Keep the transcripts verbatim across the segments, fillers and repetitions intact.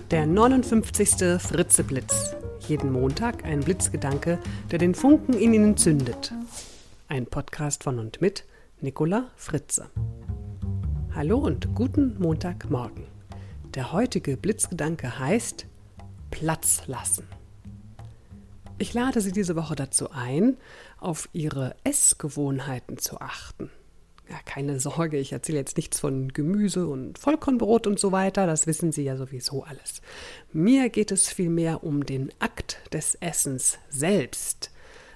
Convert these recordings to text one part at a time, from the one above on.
Der neunundfünfzigste Fritzeblitz. Jeden Montag ein Blitzgedanke, der den Funken in Ihnen zündet. Ein Podcast von und mit Nicola Fritze. Hallo und guten Montagmorgen. Der heutige Blitzgedanke heißt Platz lassen. Ich lade Sie diese Woche dazu ein, auf Ihre Essgewohnheiten zu achten. Ja, keine Sorge, ich erzähle jetzt nichts von Gemüse und Vollkornbrot und so weiter, das wissen Sie ja sowieso alles. Mir geht es vielmehr um den Akt des Essens selbst.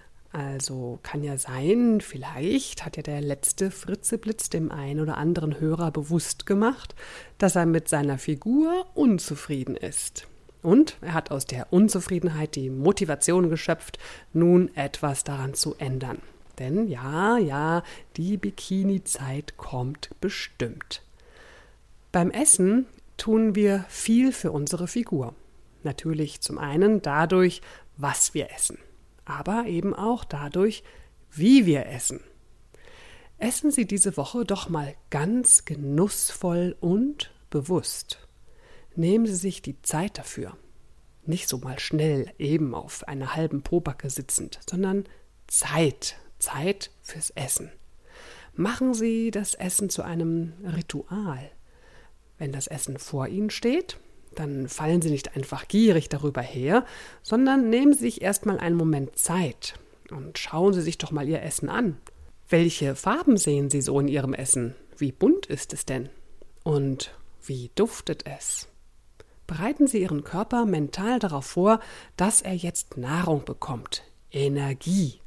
Also kann ja sein, vielleicht hat ja der letzte Fritzeblitz dem einen oder anderen Hörer bewusst gemacht, dass er mit seiner Figur unzufrieden ist. Und er hat aus der Unzufriedenheit die Motivation geschöpft, nun etwas daran zu ändern. Denn ja, ja, die Bikini-Zeit kommt bestimmt. Beim Essen tun wir viel für unsere Figur. Natürlich zum einen dadurch, was wir essen, aber eben auch dadurch, wie wir essen. Essen Sie diese Woche doch mal ganz genussvoll und bewusst. Nehmen Sie sich die Zeit dafür. Nicht so mal schnell eben auf einer halben Pobacke sitzend, sondern Zeit. Zeit fürs Essen. Machen Sie das Essen zu einem Ritual. Wenn das Essen vor Ihnen steht, dann fallen Sie nicht einfach gierig darüber her, sondern nehmen Sie sich erstmal einen Moment Zeit und schauen Sie sich doch mal Ihr Essen an. Welche Farben sehen Sie so in Ihrem Essen? Wie bunt ist es denn? Und wie duftet es? Bereiten Sie Ihren Körper mental darauf vor, dass er jetzt Nahrung bekommt, Energie.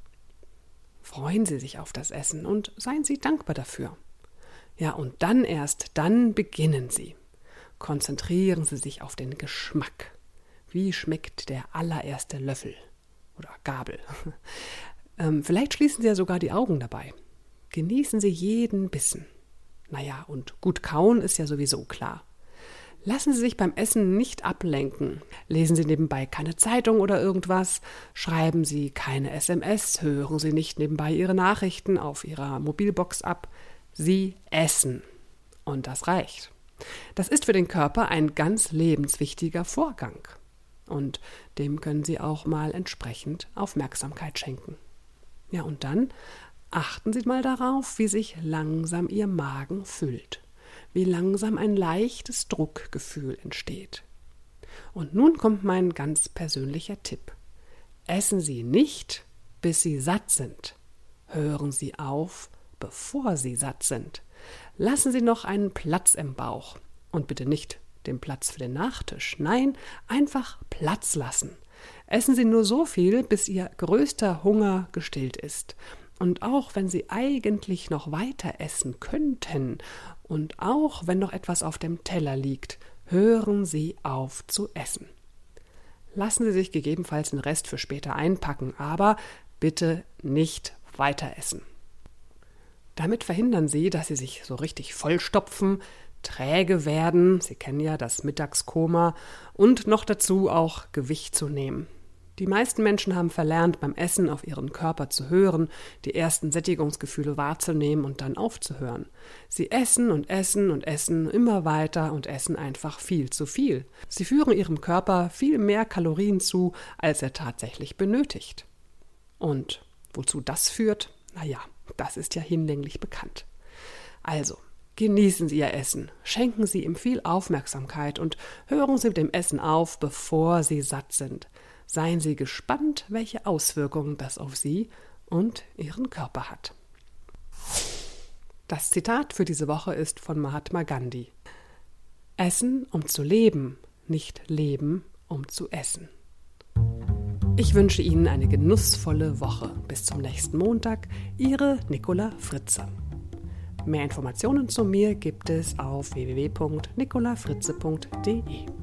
Freuen Sie sich auf das Essen und seien Sie dankbar dafür. Ja, und dann erst, dann beginnen Sie. Konzentrieren Sie sich auf den Geschmack. Wie schmeckt der allererste Löffel oder Gabel? ähm, vielleicht schließen Sie ja sogar die Augen dabei. Genießen Sie jeden Bissen. Naja, und gut kauen ist ja sowieso klar. Lassen Sie sich beim Essen nicht ablenken. Lesen Sie nebenbei keine Zeitung oder irgendwas. Schreiben Sie keine S M S. Hören Sie nicht nebenbei Ihre Nachrichten auf Ihrer Mobilbox ab. Sie essen. Und das reicht. Das ist für den Körper ein ganz lebenswichtiger Vorgang. Und dem können Sie auch mal entsprechend Aufmerksamkeit schenken. Ja, und dann achten Sie mal darauf, wie sich langsam Ihr Magen füllt. Wie langsam ein leichtes Druckgefühl entsteht. Und nun kommt mein ganz persönlicher Tipp. Essen Sie nicht, bis Sie satt sind. Hören Sie auf, bevor Sie satt sind. Lassen Sie noch einen Platz im Bauch. Und bitte nicht den Platz für den Nachtisch. Nein, einfach Platz lassen. Essen Sie nur so viel, bis Ihr größter Hunger gestillt ist. Und auch wenn Sie eigentlich noch weiter essen könnten und auch wenn noch etwas auf dem Teller liegt, hören Sie auf zu essen. Lassen Sie sich gegebenenfalls den Rest für später einpacken, aber bitte nicht weiter essen. Damit verhindern Sie, dass Sie sich so richtig vollstopfen, träge werden, Sie kennen ja das Mittagskoma, und noch dazu auch Gewicht zu nehmen. Die meisten Menschen haben verlernt, beim Essen auf ihren Körper zu hören, die ersten Sättigungsgefühle wahrzunehmen und dann aufzuhören. Sie essen und essen und essen immer weiter und essen einfach viel zu viel. Sie führen ihrem Körper viel mehr Kalorien zu, als er tatsächlich benötigt. Und wozu das führt? Naja, das ist ja hinlänglich bekannt. Also, genießen Sie Ihr Essen, schenken Sie ihm viel Aufmerksamkeit und hören Sie mit dem Essen auf, bevor Sie satt sind. Seien Sie gespannt, welche Auswirkungen das auf Sie und Ihren Körper hat. Das Zitat für diese Woche ist von Mahatma Gandhi. Essen, um zu leben, nicht leben, um zu essen. Ich wünsche Ihnen eine genussvolle Woche. Bis zum nächsten Montag, Ihre Nicola Fritze. Mehr Informationen zu mir gibt es auf w w w punkt nicola fritze punkt d e.